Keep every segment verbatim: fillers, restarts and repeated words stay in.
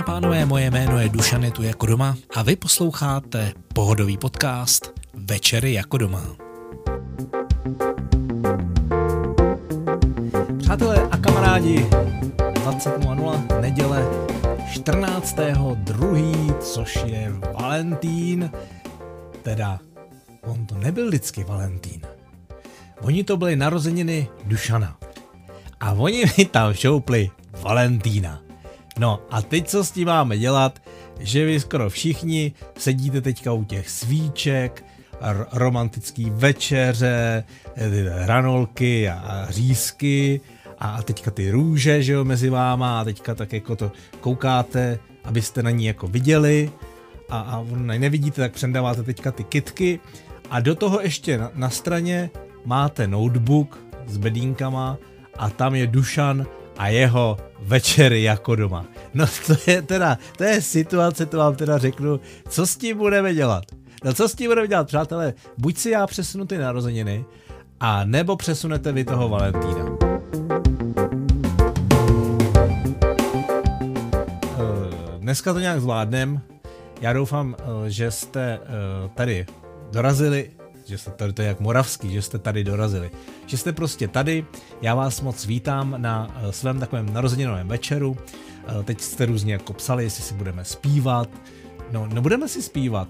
pánové, moje jméno je Dušan, je tu jako doma a vy posloucháte pohodový podcast Večery jako doma. Přátelé a kamarádi, dvacet nula nula, neděle čtrnáctého druhého což je Valentín, teda on to nebyl vždycky Valentín. Oni to byly narozeniny Dušana a oni mi tam šoupli Valentína. No a teď co s tím máme dělat, že vy skoro všichni sedíte teďka u těch svíček, r- romantický večeře, hranolky a, a řízky a teďka ty růže, že jo, mezi váma a teďka tak jako to koukáte, abyste na ní jako viděli a, a nevidíte, tak předáváte teďka ty kytky a do toho ještě na, na straně máte notebook s bedínkama a tam je Dušan a jeho večery jako doma. No to je teda, to je situace, to vám teda řeknu, co s tím budeme dělat. No co s tím budeme dělat, přátelé, buď si já přesunu ty narozeniny, a nebo přesunete vy toho Valentína. Dneska to nějak zvládnem, já doufám, že jste tady dorazili, že jste tady, to je jak moravský, že jste tady dorazili, že jste prostě tady, já vás moc vítám na svém takovém narozeninovém večeru, teď jste různě jako psali, jestli si budeme zpívat, no nebudeme si zpívat,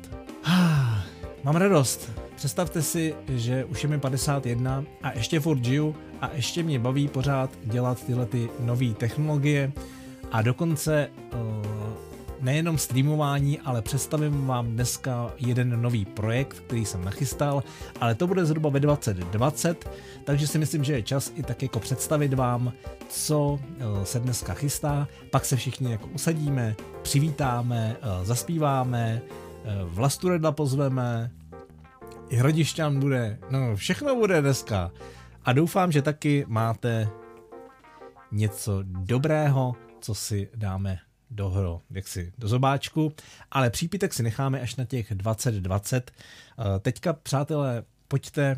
mám radost, představte si, že už je mi padesát jedna a ještě furt žiju a ještě mě baví pořád dělat tyhle ty nové technologie a dokonce nejenom streamování, ale představím vám dneska jeden nový projekt, který jsem nachystal, ale to bude zhruba ve dvacet dvacet, takže si myslím, že je čas i tak jako představit vám, co se dneska chystá, pak se všichni jako usadíme, přivítáme, zaspíváme, Vlastu Redla pozveme, i Hradišťan bude, no všechno bude dneska a doufám, že taky máte něco dobrého, co si dáme do hro, jaksi do zobáčku, ale přípitek si necháme až na těch dvacet dvacet. Teďka, přátelé, pojďte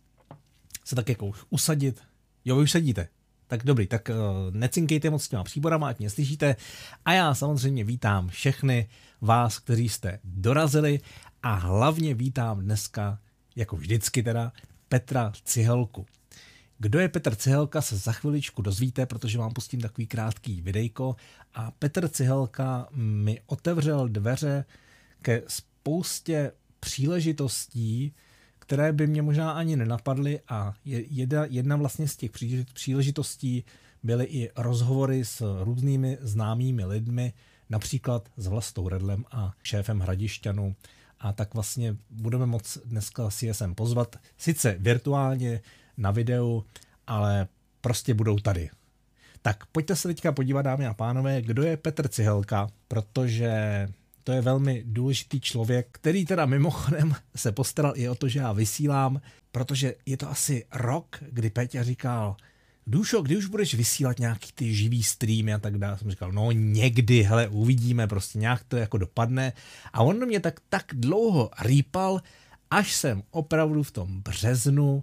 se tak jako už usadit. Jo, vy už sedíte. Tak dobrý, tak necinkejte moc s těma příborama, ať mě slyšíte. A já samozřejmě vítám všechny vás, kteří jste dorazili a hlavně vítám dneska, jako vždycky teda, Petra Cihelku. Kdo je Petr Cihelka, se za chviličku dozvíte, protože vám pustím takový krátký videjko a Petr Cihelka mi otevřel dveře ke spoustě příležitostí, které by mě možná ani nenapadly a jedna, jedna vlastně z těch příležitostí byly i rozhovory s různými známými lidmi, například s Vlastou Redlem a šéfem Hradišťanu a tak vlastně budeme moct dneska si je sem pozvat, sice virtuálně, na videu, ale prostě budou tady. Tak pojďte se teďka podívat, dámy a pánové, kdo je Petr Cihelka, protože to je velmi důležitý člověk, který teda mimochodem se postaral i o to, že já vysílám, protože je to asi rok, kdy Peťa říkal, Dušo, kdy už budeš vysílat nějaký ty živý streamy a tak dále. Jsem říkal, no někdy, hele, uvidíme, prostě nějak to jako dopadne. A on mě tak, tak dlouho rýpal, až jsem opravdu v tom březnu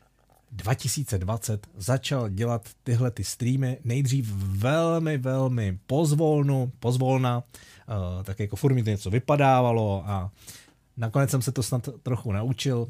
dva tisíce dvacet začal dělat tyhle ty streamy, nejdřív velmi, velmi pozvolnu, pozvolna, uh, tak jako furt mi to něco vypadávalo a nakonec jsem se to snad trochu naučil,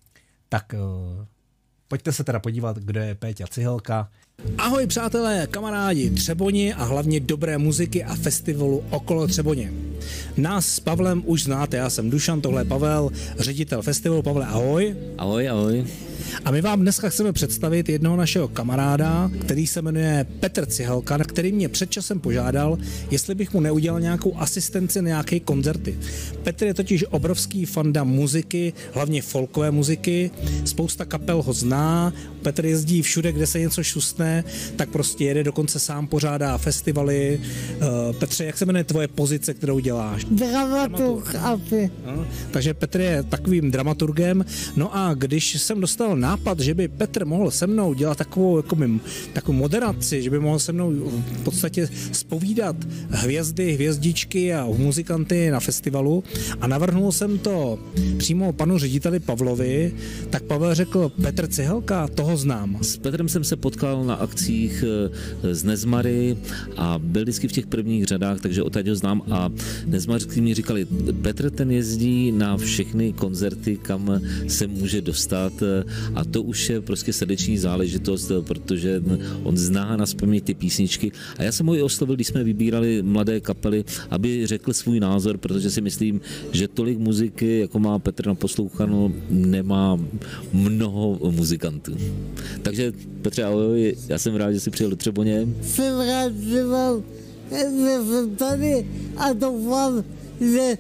tak uh, pojďte se teda podívat, kdo je Péťa Cihelka. Ahoj přátelé, kamarádi, Třeboni a hlavně dobré muziky a festivalu okolo Třeboně. Nás s Pavlem už znáte, já jsem Dušan, tohle je Pavel, ředitel festivalu. Pavle, ahoj. Ahoj, ahoj. A my vám dneska chceme představit jednoho našeho kamaráda, který se jmenuje Petr Cihelka, který mě před časem požádal, jestli bych mu neudělal nějakou asistenci na nějaké koncerty. Petr je totiž obrovský fanda muziky, hlavně folkové muziky, spousta kapel ho zná, Petr jezdí všude, kde se něco šustne, tak prostě jede, dokonce sám pořádá festivaly. Petře, jak se jmenuje tvoje pozice, kterou děláš? Dramaturg asi. No, takže Petr je takovým dramaturgem. No a když jsem dostal nápad, že by Petr mohl se mnou dělat takovou, jako mým, takovou moderaci, že by mohl se mnou v podstatě zpovídat hvězdy, hvězdičky a muzikanty na festivalu a navrhnul jsem to přímo panu řediteli Pavlovi, tak Pavel řekl, Petr Cihelka, toho znám. S Petrem jsem se potkal na akcích z Nezmary a byl vždycky v těch prvních řadách, takže odtud ho znám a Nezmařky mi říkali, Petr ten jezdí na všechny koncerty, kam se může dostat a to už je prostě srdeční záležitost, protože on zná naspaměť ty písničky a já jsem ho i oslovil, když jsme vybírali mladé kapely, aby řekl svůj názor, protože si myslím, že tolik muziky, jako má Petr naposlouchano, nemá mnoho muzikantů. Takže Petře, ahoj, já jsem rád, že jsi přijel do Třeboně. Jsem rád, že mám, že jsem tady a doufám, že,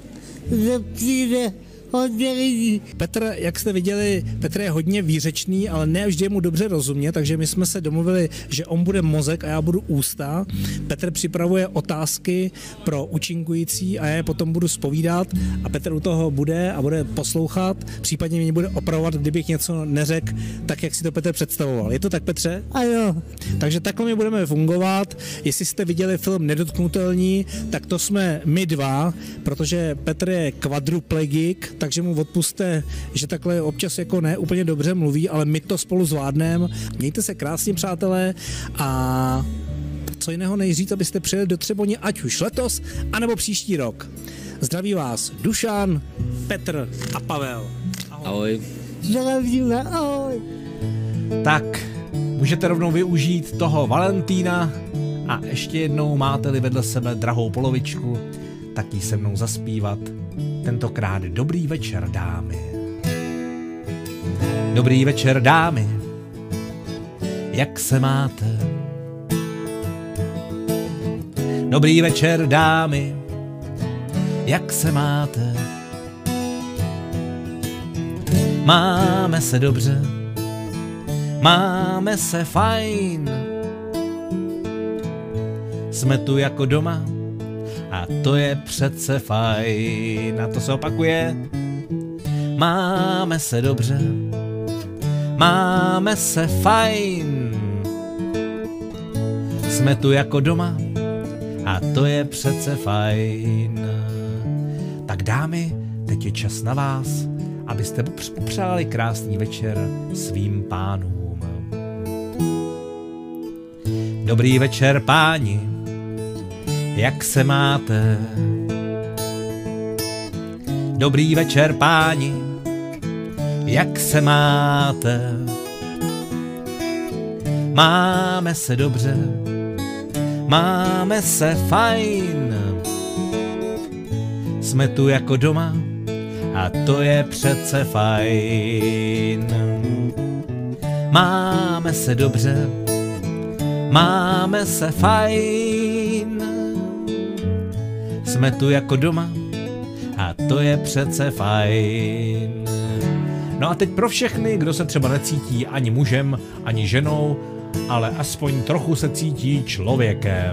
že přijde hodně lidí. Petr, jak jste viděli, Petr je hodně výřečný, ale ne vždy je mu dobře rozumět, takže my jsme se domluvili, že on bude mozek a já budu ústa. Petr připravuje otázky pro účinkující a já je potom budu zpovídat a Petr u toho bude a bude poslouchat, případně mě bude opravovat, kdybych něco neřekl, tak jak si to Petr představoval. Je to tak, Petře? Ano. Takže takhle my budeme fungovat. Jestli jste viděli film Nedotknutelní, tak to jsme my dva, protože Petr je kvadruplegik, takže mu odpuste, že takhle občas jako ne úplně dobře mluví, ale my to spolu zvládneme. Mějte se krásně, přátelé, a co jiného nejříct, abyste přijeli do Třeboně, ať už letos, anebo příští rok. Zdraví vás Dušan, Petr a Pavel. Ahoj. Zdravíme, ahoj. Tak, můžete rovnou využít toho Valentína a ještě jednou máte-li vedle sebe drahou polovičku, tak jí se mnou zaspívat. Tentokrát dobrý večer, dámy. Dobrý večer, dámy. Jak se máte? Dobrý večer, dámy. Jak se máte? Máme se dobře. Máme se fajn. Jsme tu jako doma. A to je přece fajn. A to se opakuje. Máme se dobře. Máme se fajn. Jsme tu jako doma. A to je přece fajn. Tak dámy, teď je čas na vás, abyste popřáli krásný večer svým pánům. Dobrý večer, páni. Jak se máte? Dobrý večer, páni. Jak se máte? Máme se dobře. Máme se fajn. Jsme tu jako doma. A to je přece fajn. Máme se dobře. Máme se fajn. Jsme tu jako doma a to je přece fajn. No a teď pro všechny, kdo se třeba necítí ani mužem, ani ženou, ale aspoň trochu se cítí člověkem.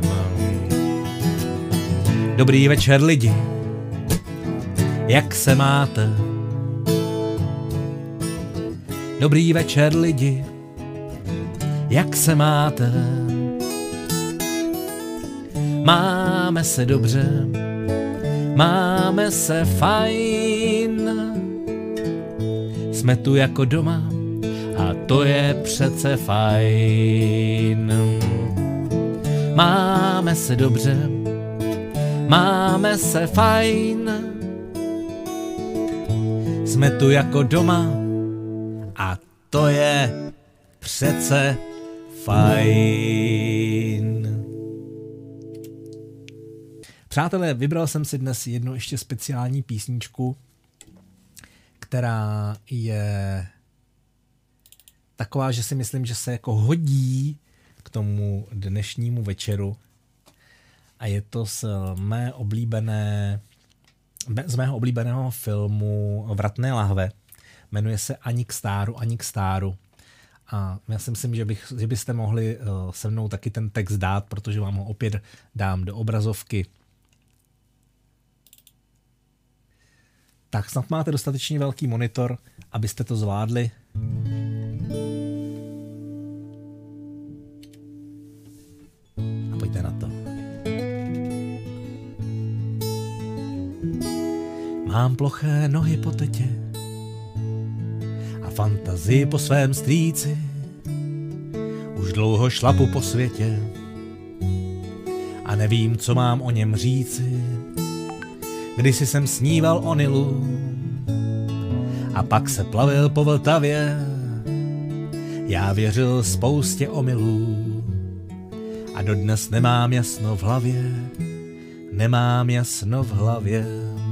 Dobrý večer, lidi. Jak se máte? Dobrý večer, lidi. Jak se máte? Máme se dobře, máme se fajn. Jsme tu jako doma a to je přece fajn. Máme se dobře, máme se fajn. Jsme tu jako doma a to je přece fajn. Přátelé, vybral jsem si dnes jednu ještě speciální písničku, která je taková, že si myslím, že se jako hodí k tomu dnešnímu večeru. A je to z mé oblíbené, z mého oblíbeného filmu Vratné lahve. Jmenuje se Ani k stáru, ani k stáru. A já si myslím, že, bych, že byste mohli se mnou taky ten text dát, protože vám ho opět dám do obrazovky. Tak snad máte dostatečně velký monitor, abyste to zvládli. A pojďte na to. Mám ploché nohy po tetě a fantazii po svém strýci. Už dlouho šlapu po světě a nevím, co mám o něm říci. Kdysi jsem sníval o Nilu a pak se plavil po Vltavě. Já věřil spoustě omylů a dodnes nemám jasno v hlavě. Nemám jasno v hlavě.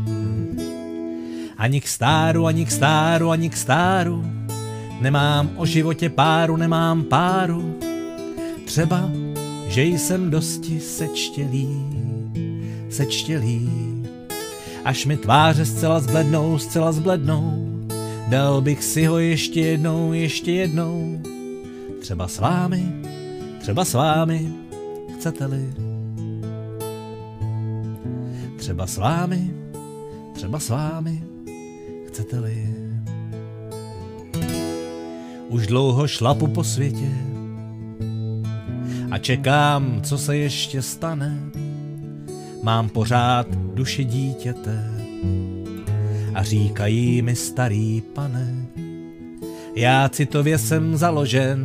Ani k stáru, ani k stáru, ani k stáru. Nemám o životě páru, nemám páru. Třeba, že jsem dosti sečtělý, sečtělý. Až mi tváře zcela zblednou, zcela zblednou. Dal bych si ho ještě jednou, ještě jednou. Třeba s vámi, třeba s vámi, chcete-li. Třeba s vámi, třeba s vámi, chcete-li. Už dlouho šlapu po světě a čekám, co se ještě stane. Mám pořád duši dítěte a říkají mi starý pane. Já citově jsem založen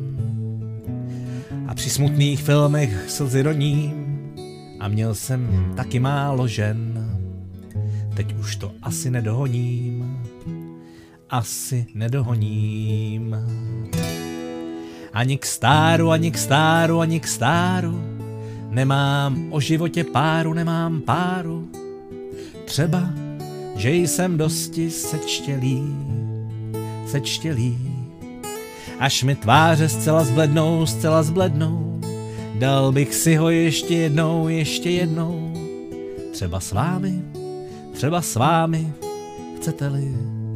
a při smutných filmech slzy roním a měl jsem taky málo žen. Teď už to asi nedohoním, asi nedohoním. Ani k stáru, ani k stáru, ani k stáru. Nemám o životě páru, nemám páru. Třeba, že jsem dosti sečtělý, sečtělý. Až mi tváře zcela zblednou, zcela zblednou. Dal bych si ho ještě jednou, ještě jednou. Třeba s vámi, třeba s vámi, chcete-li.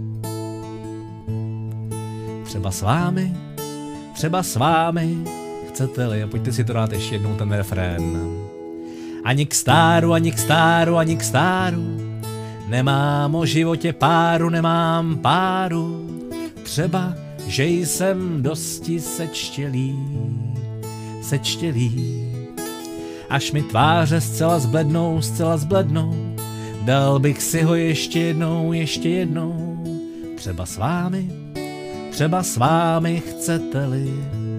Třeba s vámi, třeba s vámi, chcete-li. A pojďte si to dát ještě jednou ten refrén. Ani k stáru, ani k stáru, ani k stáru. Nemám o životě páru, nemám páru. Třeba, že jsem dosti sečtělý, sečtělý. Až mi tváře zcela zblednou, zcela zblednou. Dal bych si ho ještě jednou, ještě jednou. Třeba s vámi, třeba s vámi, chcete-li.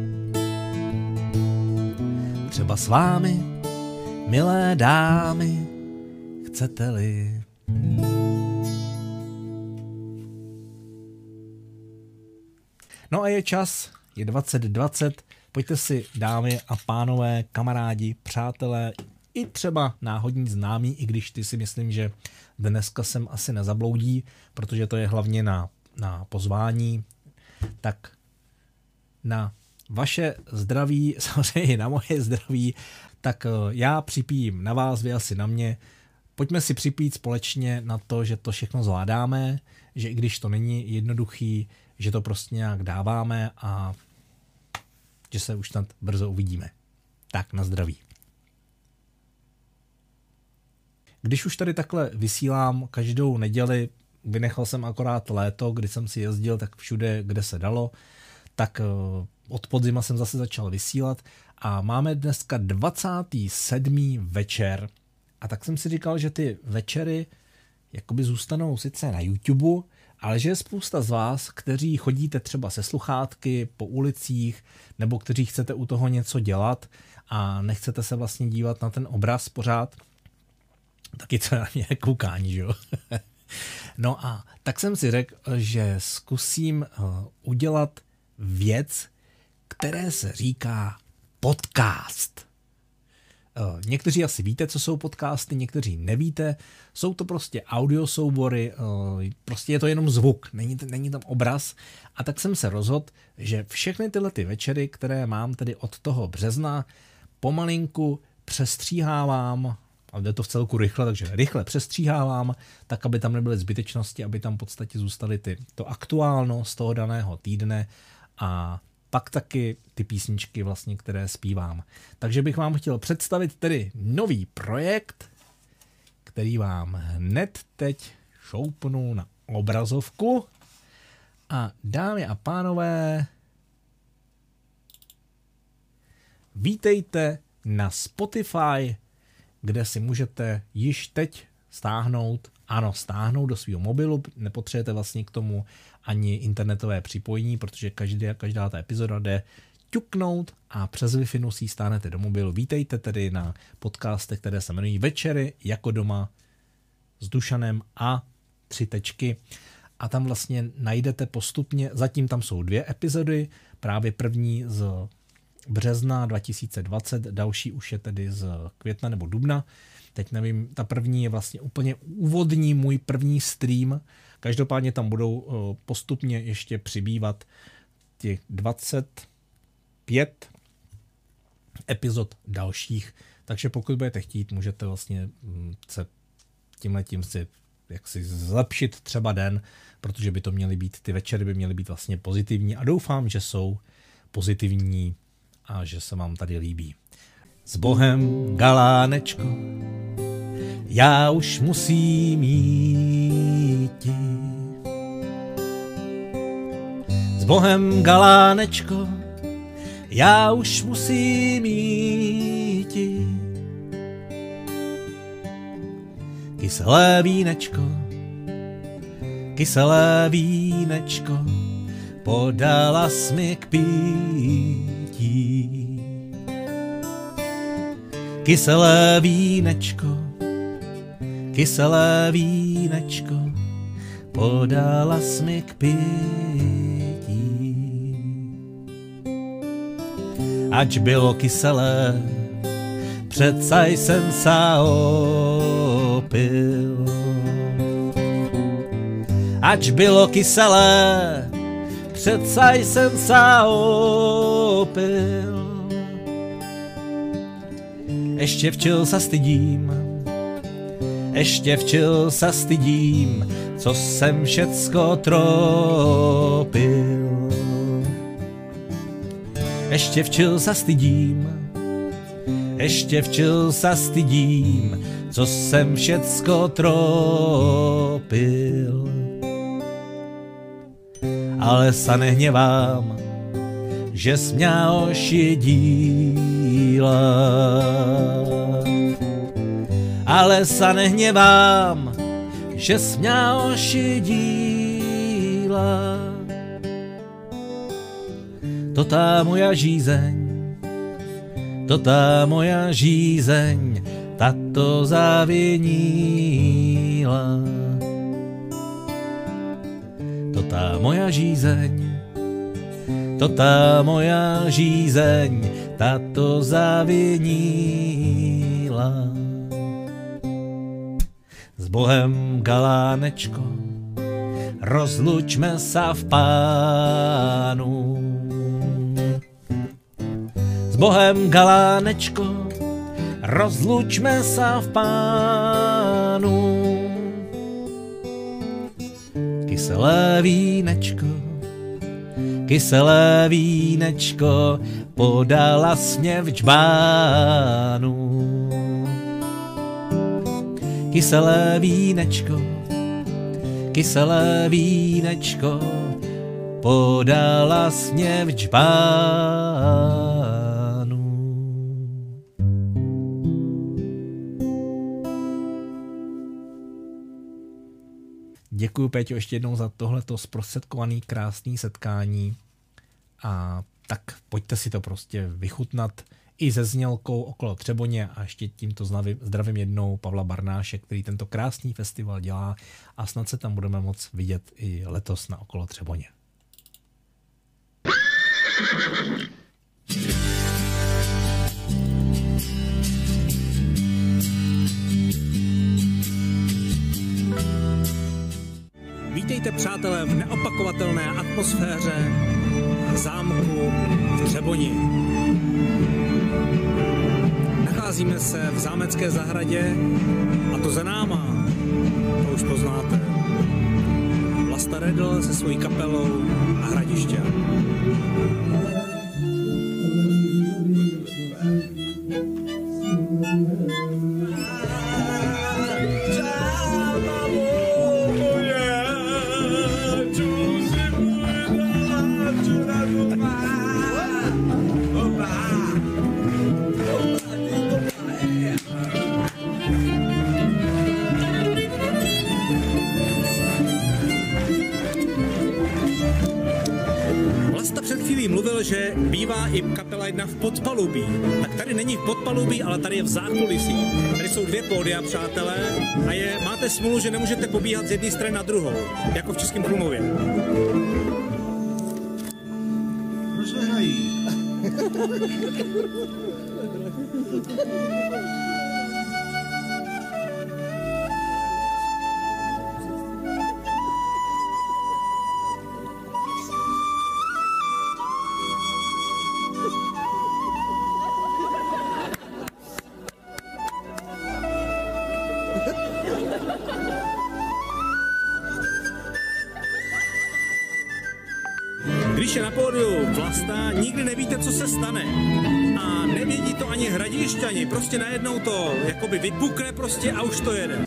Třeba s vámi, milé dámy, chcete-li. No a je čas, je dvacet dvacet, pojďte si, dámy a pánové, kamarádi, přátelé, i třeba náhodní známí, i když ty si myslím, že dneska sem asi nezabloudí, protože to je hlavně na, na pozvání, tak na vaše zdraví, samozřejmě na moje zdraví, tak já připijím na vás, vy asi na mě. Pojďme si připít společně na to, že to všechno zvládáme, že i když to není jednoduchý, že to prostě nějak dáváme a že se už snad brzo uvidíme. Tak na zdraví. Když už tady takhle vysílám každou neděli, vynechal jsem akorát léto, kdy jsem si jezdil tak všude, kde se dalo, tak od podzima jsem zase začal vysílat a máme dneska dvacátý sedmý večer a tak jsem si říkal, že ty večery jakoby zůstanou sice na YouTube, ale že je spousta z vás, kteří chodíte třeba se sluchátky po ulicích nebo kteří chcete u toho něco dělat a nechcete se vlastně dívat na ten obraz pořád, taky to na mě koukání, že jo? No a tak jsem si řekl, že zkusím udělat věc, které se říká podcast. Někteří asi víte, co jsou podcasty, někteří nevíte. Jsou to prostě audio soubory, prostě je to jenom zvuk, není, není tam obraz. A tak jsem se rozhodl, že všechny tyhle ty večery, které mám tedy od toho března, pomalinku přestříhávám, a jde to v celku rychle, takže rychle přestříhávám, tak aby tam nebyly zbytečnosti, aby tam v podstatě zůstaly ty, to aktuálno z toho daného týdne a pak taky ty písničky vlastně, které zpívám. Takže bych vám chtěl představit tedy nový projekt, který vám hned teď šoupnu na obrazovku. A dámy a pánové, vítejte na Spotify, kde si můžete již teď stáhnout, ano, stáhnout do svého mobilu, nepotřebujete vlastně k tomu ani internetové připojení, protože každá, každá ta epizoda jde ťuknout a přes Wi-Fi si ji stáhnete do mobilu. Vítejte tedy na podcastech, které se jmenují Večery jako doma s Dušanem a tři tečky. A tam vlastně najdete postupně, zatím tam jsou dvě epizody, právě první z března dva tisíce dvacet, další už je tedy z května nebo dubna. Teď nevím, ta první je vlastně úplně úvodní, můj první stream. Každopádně tam budou postupně ještě přibývat těch dvacet pět epizod dalších. Takže pokud budete chtít, můžete vlastně se tímhletím si jak si zlepšit třeba den, protože by to měly být, ty večery by měly být vlastně pozitivní a doufám, že jsou pozitivní a že se vám tady líbí. S Bohem, Galánečko, já už musím jít. S Bohem, Galánečko, já už musím jít. Kyselé vínečko, kyselé vínečko, podala jsi mi k pití. Kyselé vínečko, kyselé vínečko, podala jsi mi k pití. Ač bylo kyselé, přece jsem sa opil. Ač bylo kyselé, přece jsem sa opil. Ještě včil sa stydím, ještě včil sa stydím, co jsem všecko tropil. Ještě včil sa stydím, ještě včil sa stydím, co jsem všecko tropil. Ale sa nehněvám, že jsi mě ošidíla. Ale sa nehněvám, že jsi mě ošidíla. To tá moja žízeň, to tá moja žízeň, ta to zavinila. To tá moja žízeň, to tá moja žízeň, ta to zavinila. S Bohem, Galánečko, rozlučme sa v Pánu. S Bohem, Galánečko, rozlučme sa v Pánu. Kyselé vínečko, kyselé vínečko, podala jsi mě v džbánu. Kyselé vínečko, kyselé vínečko, podala jsi mě v džbánu. Děkuju, Péťo, ještě jednou za tohleto zprostředkované krásné setkání. A tak pojďte si to prostě vychutnat i se znělkou Okolo Třeboně a ještě tímto zdravím jednou Pavla Barnáše, který tento krásný festival dělá a snad se tam budeme moc vidět i letos na Okolo Třeboně. Vítejte, přátelé, v neopakovatelné atmosféře zámku v Třeboni. Nacházíme se v zámecké zahradě a to za náma, to už poznáte, Vlasta Redl se svojí kapelou a Hradiště. bývá i kapela jedna v podpalubí. Tak tady není v podpalubí, ale tady je v zákulisí. Tady jsou dvě pódia, přátelé, a je, máte smůlu, že nemůžete pobíhat z jedné strany na druhou, jako v Českém Krumlově. Proč nehrají? Když je na pódiu Vlasta, nikdy nevíte, co se stane. A nevědí to ani Hradišťani, prostě najednou to jakoby vypukne prostě a už to jede.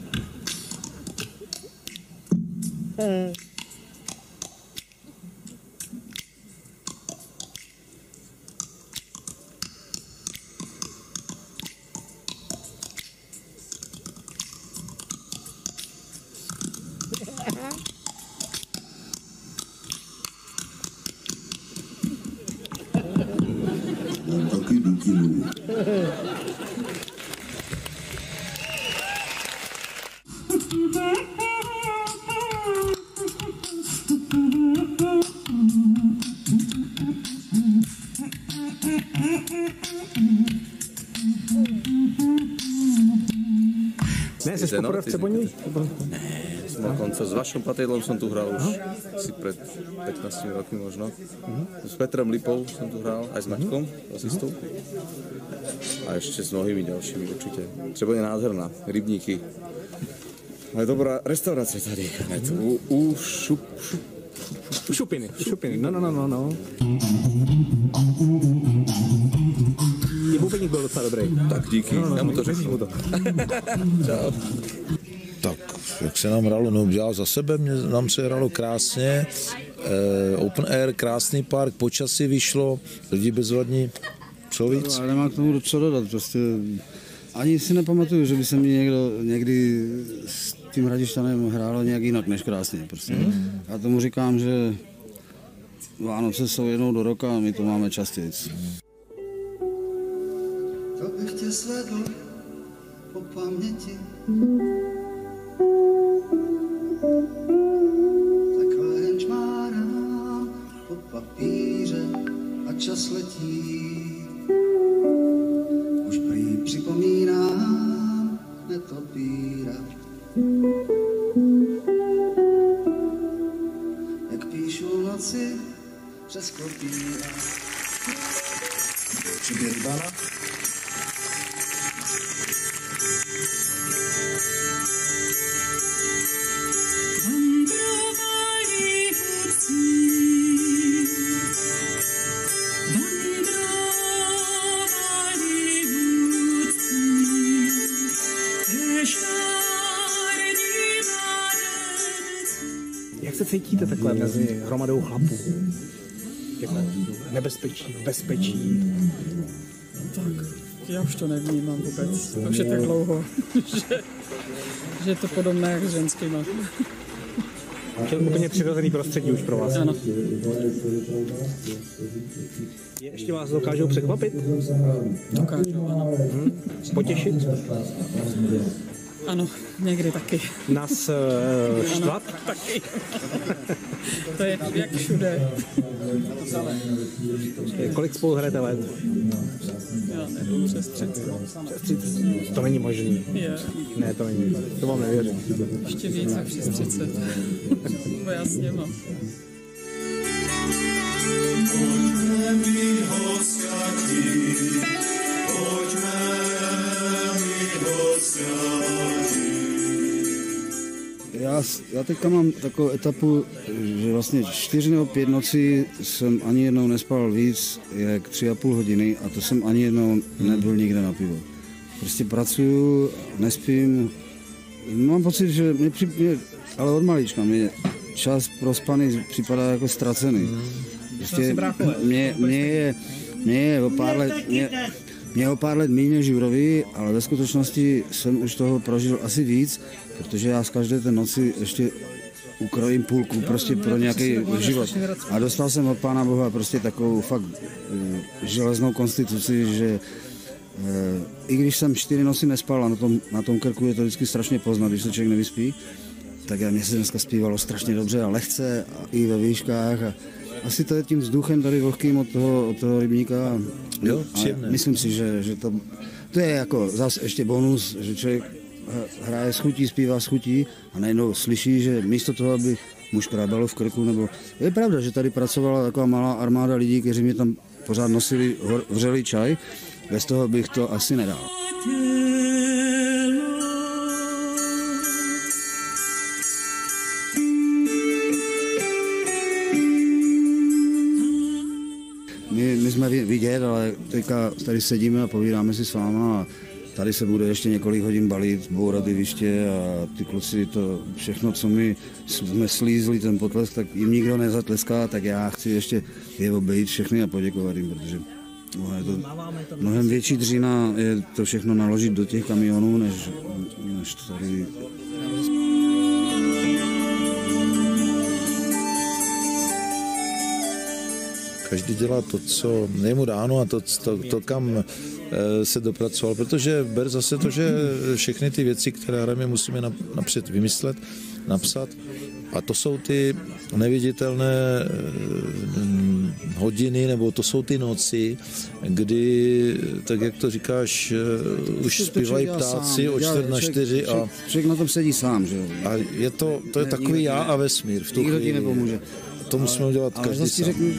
Taky dukinu. Ne, jsi poprvé v Třeboni? Ne, som mal koncert s Vašom Patejdlom, som tu hral už asi pred pätnástimi rokmi možno. S Petrom Lipou som tu hral, aj s Maťkom, asistou. A ešte s mnohými ďalšími určite. Třeboň je nádherná, rybníky. Ale dobrá restaurácia tady. U, u šup, šup. Šupiny, šupiny, no, no, no, no, no. I bubeník byl docela dobrý. Tak díky, no, no, já mu to řeknu. Čau. Tak, jak se nám hralo, no já za sebe, mě, nám se hralo krásně, eh, open air, krásný park, počasí vyšlo, lidi bezvadní, co víc? Já nemám k tomu co dodat, prostě ani si nepamatuju, že by se mi někdo někdy s tím Hradišťanem hrálo nějak jinak než krásně, prostě. Mm. Já tomu říkám, že Vánoce jsou jednou do roka a my to máme častěji. To bych tě svedl po paměti. Takhle henčmárám po papíře a čas letí. Už prý připomínám netopíra. Jak píšu noci přes kopíra. Příběh Ivana. Jak se cítíte takhle mezi hromadou chlapů? Jako nebezpečí, bezpečí? Tak, já už to nevnímám vůbec. To už je tak dlouho, že, že je to podobné jak s ženskýma. Je úplně přirozený prostředí už pro vás. Ano. Ještě vás dokážou překvapit? Dokážou, ano. Hmm. Potěšit? Ano, někdy taky. Nás uh, štvat? Ano, taky. To je jak všude. Kolik spolu hrajete let? Já nevím, přes třicet. To není možný. Je. Ne, to není. To vám nevěřím. Ještě víc jak přes třicet. Bo já s něma. Pojďme mít hostiatí, pojďme mít hostiatí. Já, já teďka mám takovou etapu, že vlastně čtyři nebo pět nocí jsem ani jednou nespal víc jak tři a půl hodiny a to jsem ani jednou nebyl nikde na pivo. Prostě pracuju, nespím, mám pocit, že mě, při, mě ale od malička mě čas prospaný připadá jako ztracený. Prostě mě, mě, je, mě je o pár let, mě, mě je o pár let méně než Jurovi, ale ve skutečnosti jsem už toho prožil asi víc, protože já z každé té noci ještě ukrojím půlku prostě pro nějaký život. A dostal jsem od Pána Boha prostě takovou fakt železnou konstituci, že i když jsem čtyři noci nespal a na tom, na tom krku je to vždycky strašně poznat, když se člověk nevyspí, tak já mě se dneska zpívalo strašně dobře a lehce a i ve výškách a asi to je tím vzduchem tady vlhkým od toho, od toho rybníka. Jo, příjemné. Myslím si, že, že to, to je jako zase ještě bonus, že člověk hraje s chutí, zpívá s chutí a najednou slyší, že místo toho, aby mu škrábalo v krku, nebo je pravda, že tady pracovala taková malá armáda lidí, kteří mě tam pořád nosili vřelý čaj, bez toho bych to asi nedal. My, my jsme vidět, ale teďka tady sedíme a povídáme si s váma a tady se bude ještě několik hodin balit, bourat jeviště a ty kluci to všechno, co my jsme slízli ten potlesk, tak jim nikdo nezatleská, tak já chci ještě je obejít všechny a poděkovat jim, protože no, je to mnohem větší dřina je to všechno naložit do těch kamionů, než, než tady. Každý dělá to, co je mu dáno a to, to, to kam se dopracoval, protože ber zase to, že všechny ty věci, které hrajeme, musíme napřed vymyslet, napsat a to jsou ty neviditelné hodiny, nebo to jsou ty noci, kdy, tak jak to říkáš, už zpívají ptáci o čtvrt na čtyři a člověk na tom sedí sám, že jo? A je to, to je ne, takový já a vesmír v tu chvíli. Nikdo ti nepomůže. To musíme ale, udělat každý sám. Řeknu,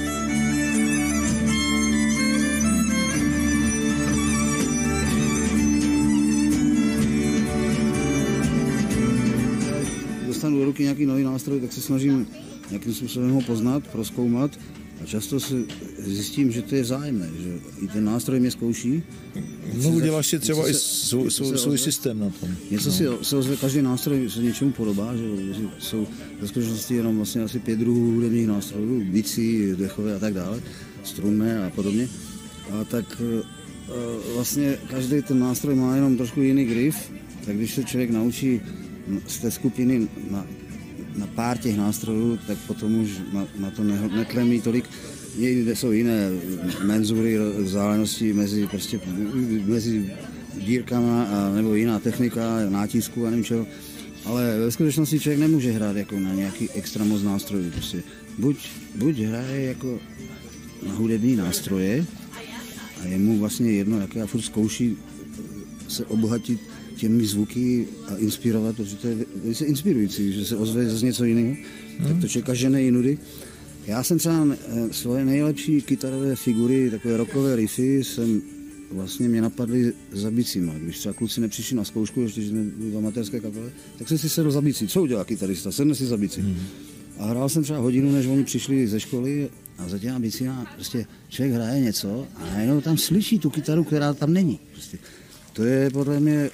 dostanu do ruky nějaký nový nástroj, tak se snažím nějakým způsobem ho poznat, prozkoumat a často se zjistím, že to je vzájemné, že i ten nástroj mě zkouší. No uděláš si třeba se, i svůj, svůj, svůj systém na tom. Něco no. si se ozve, každý nástroj se něčemu podobá, že jsou ve skutečnosti jenom vlastně asi pět druhů hudebních nástrojů, bicí, dechové a tak dále, strunné a podobně. A tak vlastně každý ten nástroj má jenom trošku jiný grif, tak když se člověk naučí z té skupiny na, na pár těch nástrojů, tak potom už na, na to ne, netlemí tolik. Někde jsou jiné menzury, vzdálenosti mezi, prostě, mezi dírkama a, nebo jiná technika, nátisku a nevím čeho. Ale ve skutečnosti člověk nemůže hrát jako na nějaký extra moc nástrojů. Prostě buď, buď hraje jako na hudební nástroje a je mu vlastně jedno, jaké a furt zkouší se obohatit těmi zvuky a inspirovat, protože to je velice inspirující, že se ozve zase něco jiného, hmm. tak to čeká žene i nudy. Já jsem třeba svoje nejlepší kytarové figury, takové rockové riffy, jsem vlastně mě napadly za bicíma. Když třeba kluci nepřišli na zkoušku, ještě jsme v amatérské kapele, tak jsem si sedl za bicí. Co udělá kytarista? Sedne si za bicí. Hmm. A hrál jsem třeba hodinu, než oni přišli ze školy a za těma bicíma prostě člověk hraje něco a najednou tam slyší tu kytaru, která tam není. Prostě to je podle mě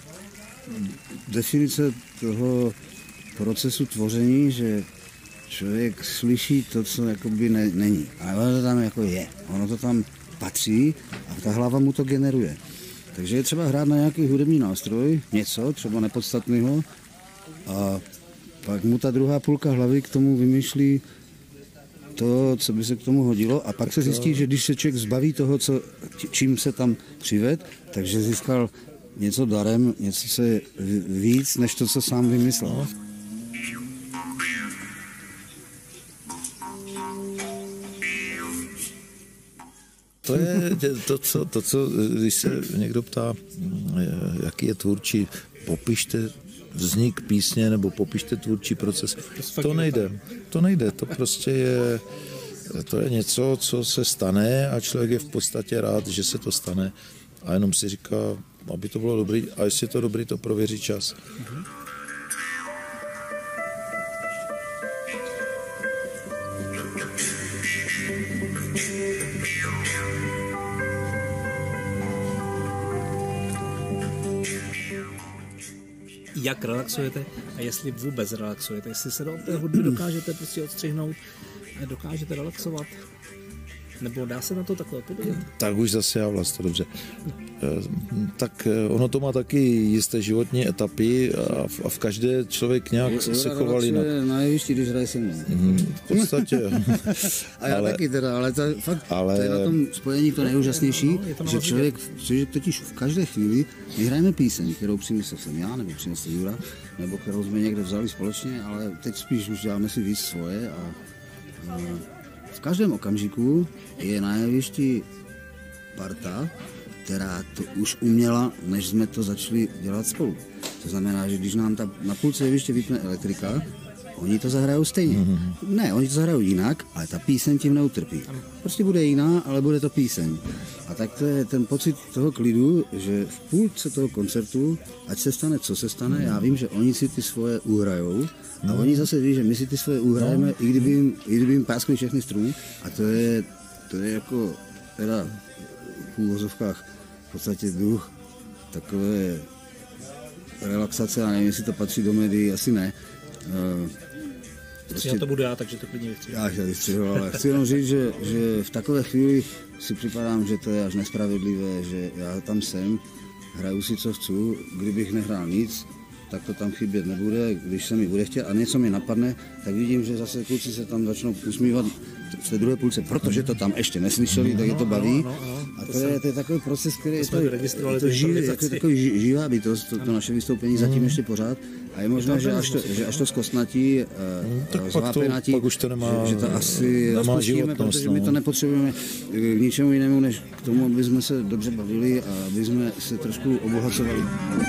definice toho procesu tvoření, že člověk slyší to, co jakoby ne, není. Ale ono to tam jako je. Ono to tam patří a ta hlava mu to generuje. Takže je třeba hrát na nějaký hudební nástroj, něco, třeba nepodstatného, a pak mu ta druhá půlka hlavy k tomu vymýšlí to, co by se k tomu hodilo, a pak se zjistí, že když se člověk zbaví toho, co, čím se tam přived, takže získal něco darem, něco co je víc, než to, co sám vymyslel. To je to, co, to, co, když se někdo ptá, jaký je tvůrčí, popište vznik písně nebo popište tvůrčí proces. To nejde, to nejde, to prostě je, to je něco, co se stane a člověk je v podstatě rád, že se to stane a jenom si říká, aby to bylo dobrý, a jestli je to dobrý, to prověří čas. Mhm. Jak relaxujete a jestli vůbec relaxujete, jestli se do té hudby dokážete prostě odstřihnout, dokážete relaxovat? Nebo dá se na to takhle odpovědět? Tak už zase já vlastně, dobře. Tak ono to má taky jisté životní etapy a v, a v každé člověk nějak je, se choval jinak. Na jevišti, když hraje se mnou. Hmm, v podstatě. A já ale, taky teda, ale to, fakt, ale, to je na tom spojení to nejúžasnější, no, že člověk, člověk totiž v každé chvíli, my hrajeme píseň, kterou přinesl jsem já, nebo přinesl Jura, nebo kterou jsme někde vzali společně, ale teď spíš už děláme si víc svoje a, a v každém okamžiku je na jevišti parta, která to už uměla, než jsme to začali dělat spolu. To znamená, že když nám ta na půlce jeviště vypne elektrika, oni to zahrajou stejně. Mm-hmm. Ne, oni to zahrajou jinak, ale ta píseň tím neutrpí. Prostě bude jiná, ale bude to píseň. A tak to je ten pocit toho klidu, že v půlce toho koncertu, ať se stane, co se stane, mm-hmm. já vím, že oni si ty svoje uhrajou a mm-hmm. oni zase ví, že my si ty svoje uhrajeme, no. i, kdyby jim, i kdyby jim páskli všechny struny. A to je, to je jako teda v úvozovkách v podstatě druh takové relaxace, a nevím, jestli to patří do médií, asi ne. Prostě, já to budu já, takže to klidně vystřihu. Já to vystřihu, ale chci jenom říct, že, že v takové chvíli si připadám, že to je až nespravedlivé, že já tam jsem, hraju si co chci, kdybych nehrál nic, tak to tam chybět nebude, když se mi bude chtět a něco mi napadne, tak vidím, že zase kluci se tam začnou usmívat v té druhé půlce, protože to tam ještě neslyšeli, tak je to baví. A to je, to je takový proces, který je to, to, to, živý, jako takový živá bytost, to, to naše vystoupení zatím ještě pořád. A je možné, že až to, že až to zkostnatí, zvápenatí, že, že to asi rozpustíme, protože my to nepotřebujeme k ničemu jinému, než k tomu, aby jsme se dobře bavili a aby jsme se trošku obohacovali.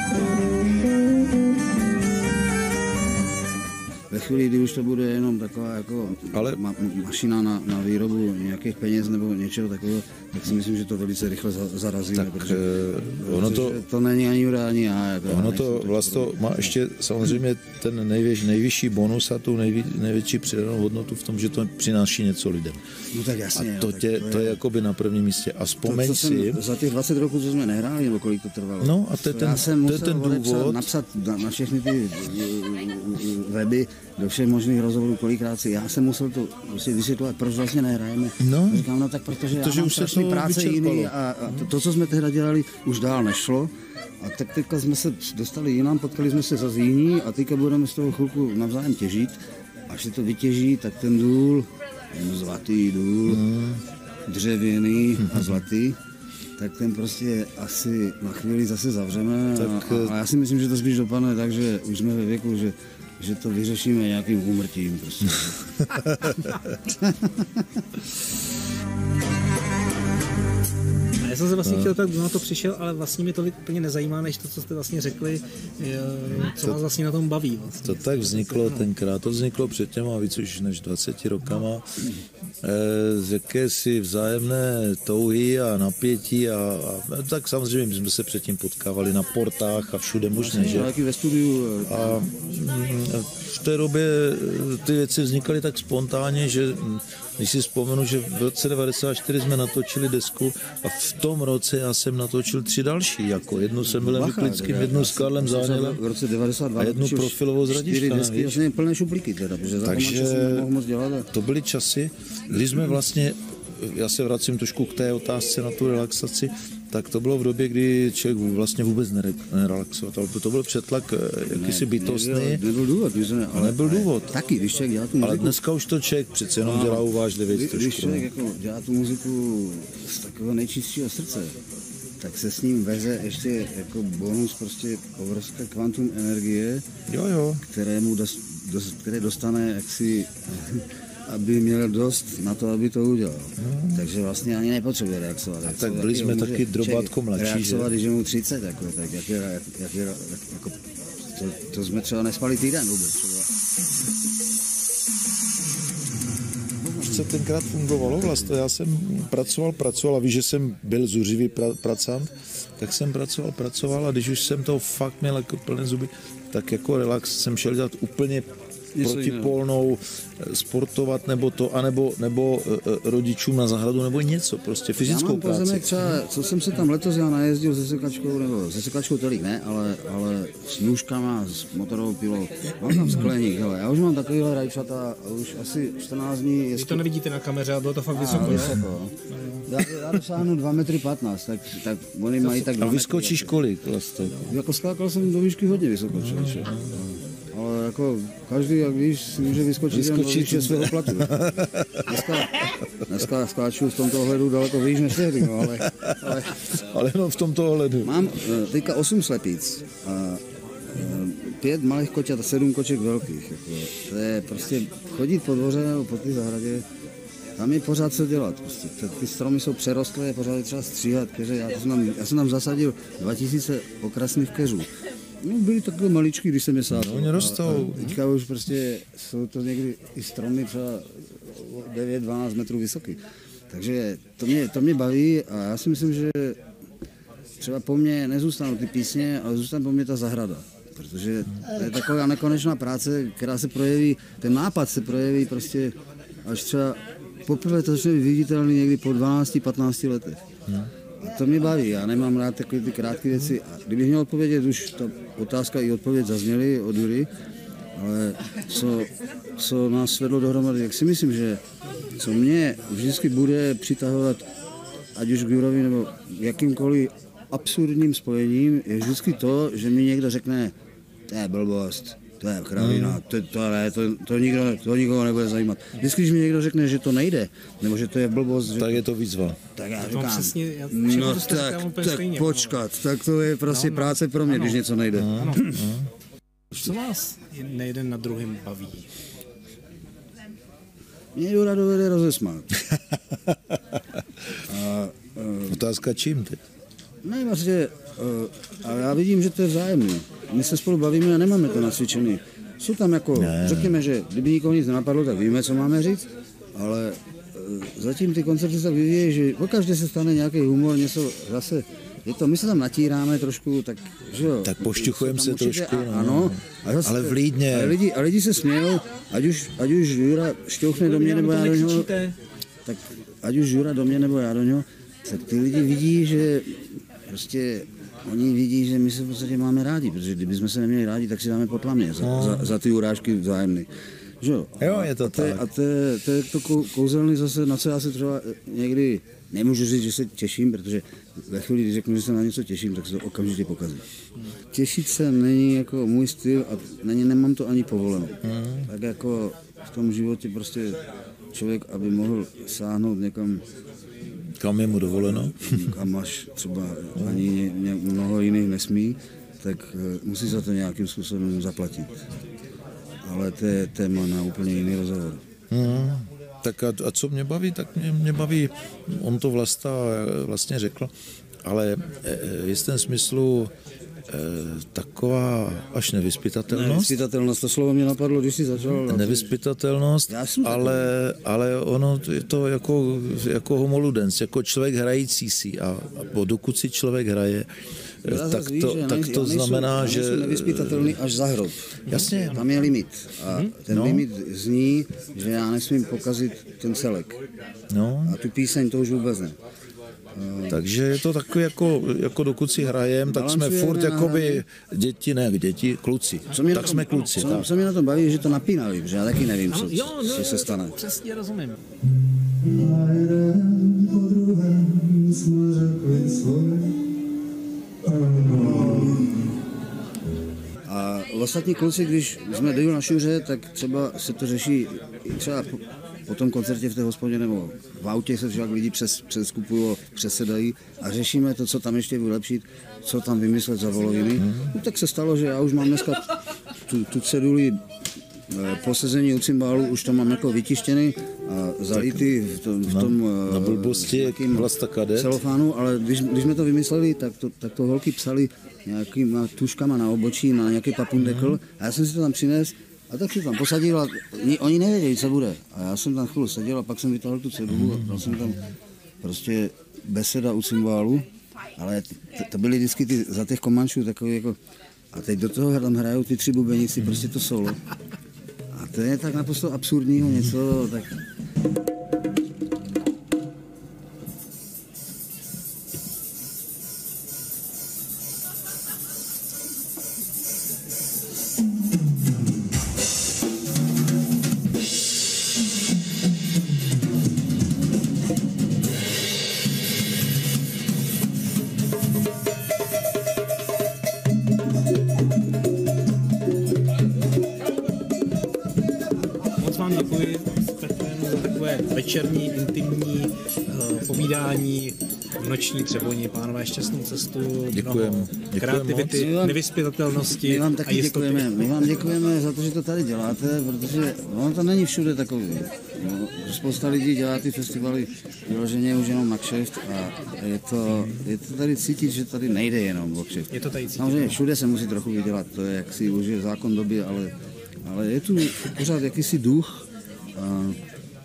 Ve chvíli, kdy už to bude jenom taková jako ale... ma- mašina na, na výrobu nějakých peněz nebo něčeho takového, tak si myslím, že to velice rychle za- zarazíme, tak, protože, uh, ono to, to není ani Jura, ani já. Jako ono to vlastně má ještě samozřejmě ten nejvěž, nejvyšší bonus a tu nejví, největší přidanou hodnotu v tom, že to přináší něco lidem. No tak jasně. A to, tě, to, je, to je jakoby na prvním místě. A vzpomeň to, si... Za těch dvacet roků, co jsme nehráli, nebo kolik to trvalo. No a to je ten, já jsem to je ten důvod. Napsat na, na všechny ty weby, do všech možných rozhovorů, kolikrát si, já jsem musel to prostě vysvětlovat, proč vlastně nehrajeme. No, říkám, no tak protože, protože já mám strašný práce vyčerpalo. Jiný a, a to, to, co jsme tehdy dělali, už dál nešlo. A tak teďka jsme se dostali jinam, potkali jsme se za jiní a teďka budeme z toho chvilku navzájem těžit. Až se to vytěží, tak ten důl, ten zlatý důl, mm. dřevěný mm. a zlatý, tak ten prostě asi na chvíli zase zavřeme. Tak, a, a já si myslím, že to spíš dopadne tak, že už jsme ve věku, že že to vyřešíme nějakým úmrtím. Prostě. Já jsem se vlastně chtěl, tak na to přišel, ale vlastně mi to úplně nezajímá, než to, co jste vlastně řekli, co vás vlastně na tom baví. Vlastně. To tak vzniklo tenkrát, to vzniklo před těma víc už než dvaceti rokama, z jakési vzájemné touhy a napětí a, a tak samozřejmě my jsme se předtím potkávali na portách a všude možné, že? Ve studiu. A v té době ty věci vznikaly tak spontánně, že když si vzpomenu, že v roce devadesát čtyři jsme natočili desku a v tom roce já jsem natočil tři další, jako jednu s Emilem Vyklickým, jednu s Karlem Zánělem v roce devadesát dva a jednu profilovou z Radiška. Desky, plné šuplíky teda, protože takže moc dělat. To byly časy, kdy jsme vlastně, já se vracím trošku k té otázce na tu relaxaci, tak to bylo v době, kdy člověk vlastně vůbec nerelaxoval. To byl přetlak jakýsi bytostný. Nebyl, nebyl důvod. Jsme, ale, nebyl důvod. Ale taky, když člověk dělá tu muziku. Ale dneska už to člověk přece jenom dělá uvážlivě. Když člověk jako dělá tu muziku z takového nejčistšího srdce, tak se s ním veze ještě jako bonus prostě obrovské kvantum energie, jo, jo. Které mu dost, dost, které dostane jaksi aby měl dost na to, aby to udělal. Hmm. Takže vlastně ani nepotřebuje reaxovat. A tak byli jsme taky drobátko mladší, reaxovat, že? Když je mu třicet, jako, tak jak je, jak, jak je, jako, to, to jsme třeba nespali týden vůbec. Třeba. Co tenkrát fungovalo vlastně, já jsem pracoval, pracoval a víš, že jsem byl zuřivý pra, pracant, tak jsem pracoval, pracoval a když už jsem toho fakt měl jako plné zuby, tak jako relax jsem šel dělat úplně protipolnou, sportovat nebo to, anebo nebo rodičům na zahradu nebo něco, prostě fyzickou já mám práci. Pozemek třeba, co jsem se tam letos já najezdil se sekačkou, nebo se sekačkou tolik ne, ale, ale s nůžkama, s motorovou pilou, mám tam skleník, hele, já už mám takovýhle rajčata už asi čtrnáct dní. Vy to nevidíte na kameře, ale bylo to fakt vysoko, ne? Vysoko. Já, já dosáhnu dva metry patnáct, tak, tak oni to mají tak dva metry. A vyskočíš kolik vlastně? Jako skákal jsem do výšky hodně vysoko, člověče. Ale jako každý, jak víš, si může vyskočit jen do výše svého platu. Dneska, dneska skáču v tomto ohledu daleko výš než tehdy, no, ale, ale... ale jenom v tomto ohledu. Mám teďka osm slepic a pět malých koťat a sedm koček velkých. Jako. To je prostě chodit po dvoře nebo po té zahradě, tam je pořád co dělat. Prostě. Ty stromy jsou přerostlé, pořád je třeba stříhat keře. Já jsem tam, já jsem tam zasadil dva tisíce okrasných keřů. No, byly takové maličky, když jsem je sázal. No, oni rostou. Teďka už prostě jsou to někdy i stromy třeba devět dvanáct metrů vysoký. Takže to mě, to mě baví a já si myslím, že třeba po mně nezůstanou ty písně, ale zůstane po mně ta zahrada. Protože to je taková nekonečná práce, která se projeví, ten nápad se projeví prostě až třeba poprvé to začne být viditelný někdy po dvanácti patnácti letech. A to mě baví, já nemám rád takové ty krátké věci. A kdybych měl odpovědět, už ta otázka i odpověď zazněly od Jury, ale co, co nás svedlo dohromady, jak si myslím, že co mě vždycky bude přitahovat, ať už k Jurovi nebo jakýmkoliv absurdním spojením, je vždycky to, že mi někdo řekne, to je blbost, to je kravina, to, to, ne, to, to, nikdo, to nikoho nebude zajímat. Vždycky, když mi někdo řekne, že to nejde, nebo že to je blbost, že tak to, je to výzva. Tak já To říkám, přesně, já, no to tak, tak stejně, počkat, tak to je prostě no, no, práce pro mě, ano, když něco nejde. Ano. Co vás nejeden na druhém baví? Mě Jura dovede rozesmát. A, uh, Otázka čím teď? Ne, vlastně, uh, ale já vidím, že to je vzájemné. My se spolu bavíme a nemáme to nacvičený. Jsou tam jako, ne. Řekněme, že kdyby nikoho nic nenapadlo, tak víme, co máme říct, ale uh, zatím ty koncerty se tak vyvíjejí, že pokaždé se stane nějaký humor, něco zase, je to, my se tam natíráme trošku, tak, že jo. Tak pošťuchujeme se určitě, trošku, a, no, ano. A zase, ale vlídně. A lidi, a lidi se smějou, ať už, ať už Jura šťouchne do mě, nebo já do něho, tak ať už Jura do mě, nebo já do něho, tak ty lidi vidí, že prostě oni vidí, že my se v podstatě máme rádi, protože kdybychom se neměli rádi, tak si dáme po tlamě za, no. za, za ty urážky vzájemný. Že jo? Jo, je to a te, tak. A to je to, to kouzelný zase, na co já se třeba někdy nemůžu říct, že se těším, protože ve chvíli, když řeknu, že se na něco těším, tak se to okamžitě pokazí. Těšit se není jako můj styl a není, nemám to ani povoleno. Hmm. Tak jako v tom životě prostě člověk, aby mohl sáhnout někam, kam je mu dovoleno, kam až třeba ani ně, ně, mnoho jiných nesmí, tak musí za to nějakým způsobem zaplatit. Ale to je téma na úplně jiný rozhovor. Hmm. Tak a, a co mě baví, tak mě, mě baví, on to Vlasta vlastně řekl, ale v jistém smyslu e, taková až nevyzpytatelnost. Nevyzpytatelnost, to slovo mě napadlo, když jsi začal. Nevyzpytatelnost, ale, ale ono je to jako, jako homoludens, jako člověk hrající si a, a dokud si člověk hraje, tak to, víš, tak to nejsou, znamená, že... Já nevyzpytatelný až za hrob. Jasně. Tam je limit. A ten no. limit zní, že já nesmím pokazit ten celek. No. A tu píseň to už vůbec ne. Takže je to takový jako, jako dokud si hrajem, tak jsme furt jakoby děti, ne děti, kluci. Tak jsme kluci. Co, co mě na tom baví, že to napínavý, protože já taky nevím, co, jo, no, co se stane. Přesně rozumím. A ostatní kluci, když jsme dojeli na Šuře, tak třeba se to řeší třeba po, po tom koncertě v té hospodě nebo v autě se však lidi přes, přeskupují, přesedají a řešíme to, co tam ještě vylepšit, co tam vymyslet za voloviny. No, tak se stalo, že já už mám dneska tu, tu ceduli po sezení u cymbálu, už to mám jako vytištěný a zalitý v tom, v tom na, na blbosti Vlasta Kadet celofánu, ale když, když jsme to vymysleli, tak to, tak to holky psali nějakýma tuškama na obočí, na nějaký papundekl a já jsem si to tam přines a tak si tam posadil a oni nevěděli, co bude. A já jsem tam chvíli seděl a pak jsem vytáhl tu cedulu a dal jsem tam prostě beseda u cymbálu, ale to, to byly vždycky ty, za těch komančů takový jako a teď do toho tam hrajou ty tři bubenici, prostě to solo. A to je tak naprosto absurdního něco, tak... Večerní, intimní uh, povídání v noční Třeboni. Pánové, šťastnou cestu, děkujem, děkujem kreativity, moc. nevyzpytatelnosti. My vám taky děkujeme. My vám děkujeme za to, že to tady děláte, protože ono to není všude takový. No, spousta lidí dělá ty festivaly vyloženě už jenom na kšeft a je to, je to tady cítit, že tady nejde jenom o kšeft. Je to tady cítit. Samozřejmě všude se musí trochu vydělat, to je jaksi už je zákon doby, ale, ale je tu pořád jakýsi duch. A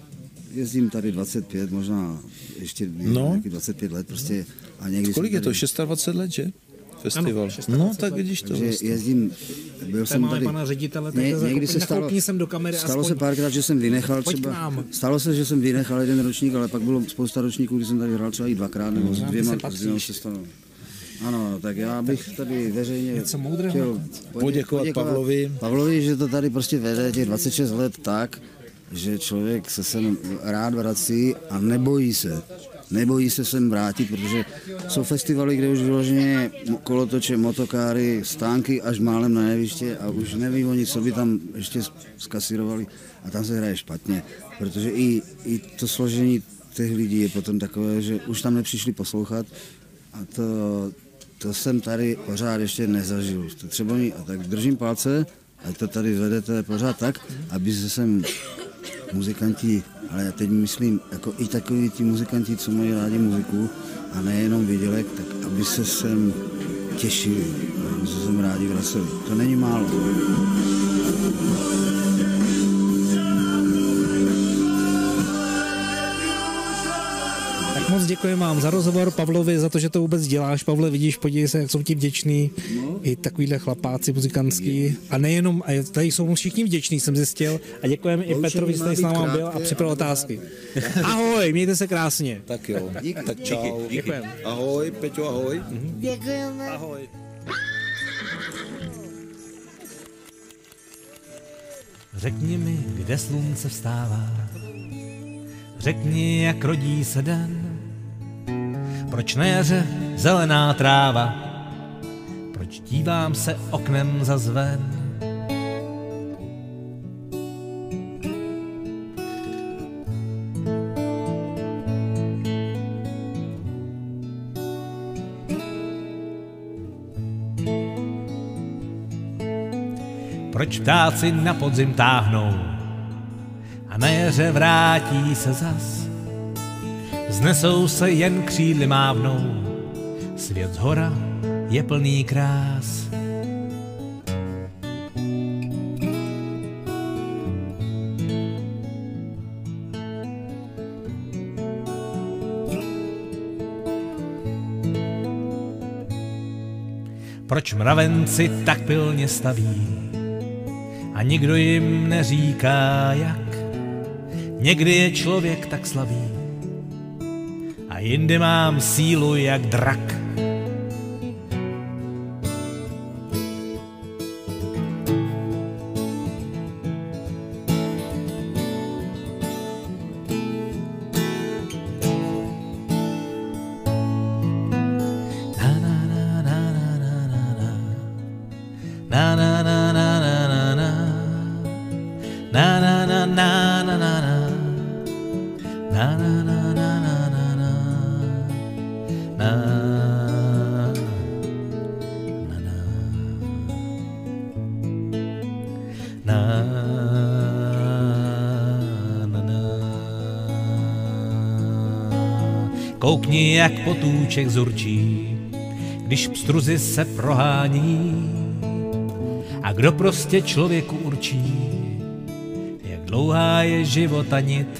jezdím tady dvacet pět, možná ještě no. dvacet pět let prostě. A někdy kolik je to? Tady... dvacet šest let, že? Festival. Ano, no, tak vidíš to. Vlastně. Jezdím, byl jsem tady... pana ředitele, Ně, někdy se stalo, jsem do kamery stalo aspoň. se párkrát, že jsem vynechal třeba... Stalo se, že jsem vynechal jeden ročník, ale pak bylo spousta ročníků, kdy jsem tady hrál třeba i dvakrát, nebo s dvěma, s dvěma se stalo. Ano, tak já bych tady veřejně chtěl poděkovat Pavlovi. Pavlovi, že to tady prostě vede těch dvacet šest let tak, že člověk se sem rád vrací a nebojí se. Nebojí se sem vrátit, protože jsou festivaly, kde už vyloženě kolotoče, motokáry, stánky až málem na jeviště a už neví oni, co by tam ještě zkasírovali a tam se hraje špatně, protože i, i to složení těch lidí je potom takové, že už tam nepřišli poslouchat a to, to jsem tady pořád ještě nezažil. To třeba a tak držím palce, ať to tady vedete pořád tak, aby se sem muzikanti, ale já teď myslím, jako i takový ti muzikanti, co mají rádi muziku a nejenom výdělek, tak aby se sem těšili, aby se sem rádi vraceli. To není málo. Tak moc děkuji vám za rozhovor, Pavlovi, za to, že to vůbec děláš. Pavle, vidíš, podívej se, jak jsou ti vděční no. I takovýhle chlapáci muzikantský. A nejenom, a tady jsou všichni vděční, jsem zjistil. A děkujeme i Petrovi, že jste s náma byl a připravil otázky. Ahoj, mějte se krásně. Tak jo, díky, tak čau. Děkujeme. Ahoj, Peťo, ahoj. Mhm. Děkujeme. Ahoj. Řekni mi, kde slunce vstává, řekni, jak rodí se den, proč na jaře zelená tráva, proč dívám se oknem za zven. Proč ptáci na podzim táhnou a na jaře vrátí se zas. Znesou se jen křídly mávnou, svět zhora je plný krás. Proč mravenci tak pilně staví a nikdo jim neříká jak? Někdy je člověk tak slabý a jindy mám sílu jak drak. Koukni, jak potůček zurčí, když pstruzy se prohání. A kdo prostě člověku určí, jak dlouhá je života nit.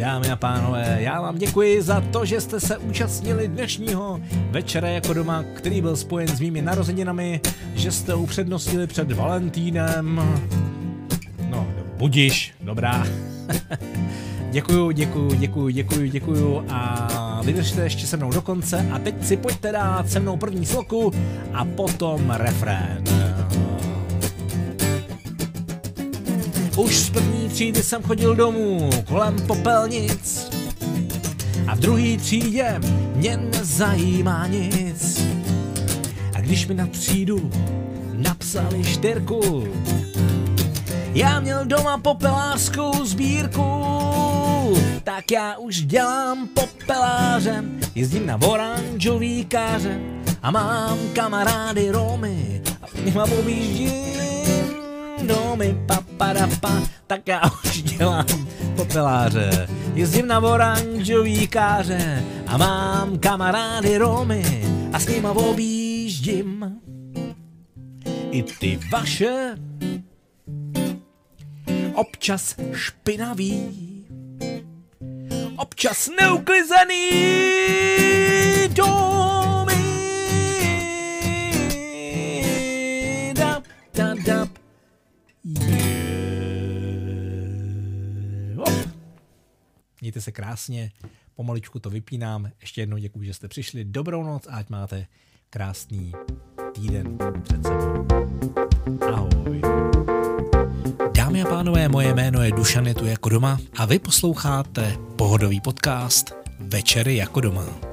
Dámy a pánové, já vám děkuji za to, že jste se účastnili dnešního večera jako doma, který byl spojen s mými narozeninami, že jste upřednostnili před Valentínem. No, budiš, dobrá. Děkuju, děkuju, děkuju, děkuju, děkuju a vydržte ještě se mnou do konce a teď si pojďte dát se mnou první sloku a potom refrén. Už z první třídy jsem chodil domů kolem popelnic a v druhé třídě mě nezajímá nic. A když mi na třídu napsali čtyřku, já měl doma popelářskou sbírku, tak já už dělám popeláře, jezdím na oranžový káře a mám kamarády Romy a s nima objíždím domy, papadapa, tak já už dělám popeláře, jezdím na oranžový káře a mám kamarády Romy a s nima objíždím i ty vaše občas špinavý, občas neuklizený domy. Dap, dap, dap. Yeah. Op. Mějte se krásně, pomaličku to vypínám. Ještě jednou děkuji, že jste přišli. Dobrou noc a ať máte krásný týden před sebou. Ahoj. Dámy a pánové, moje jméno je Dušan, je tu jako doma a vy posloucháte pohodový podcast Večery jako doma.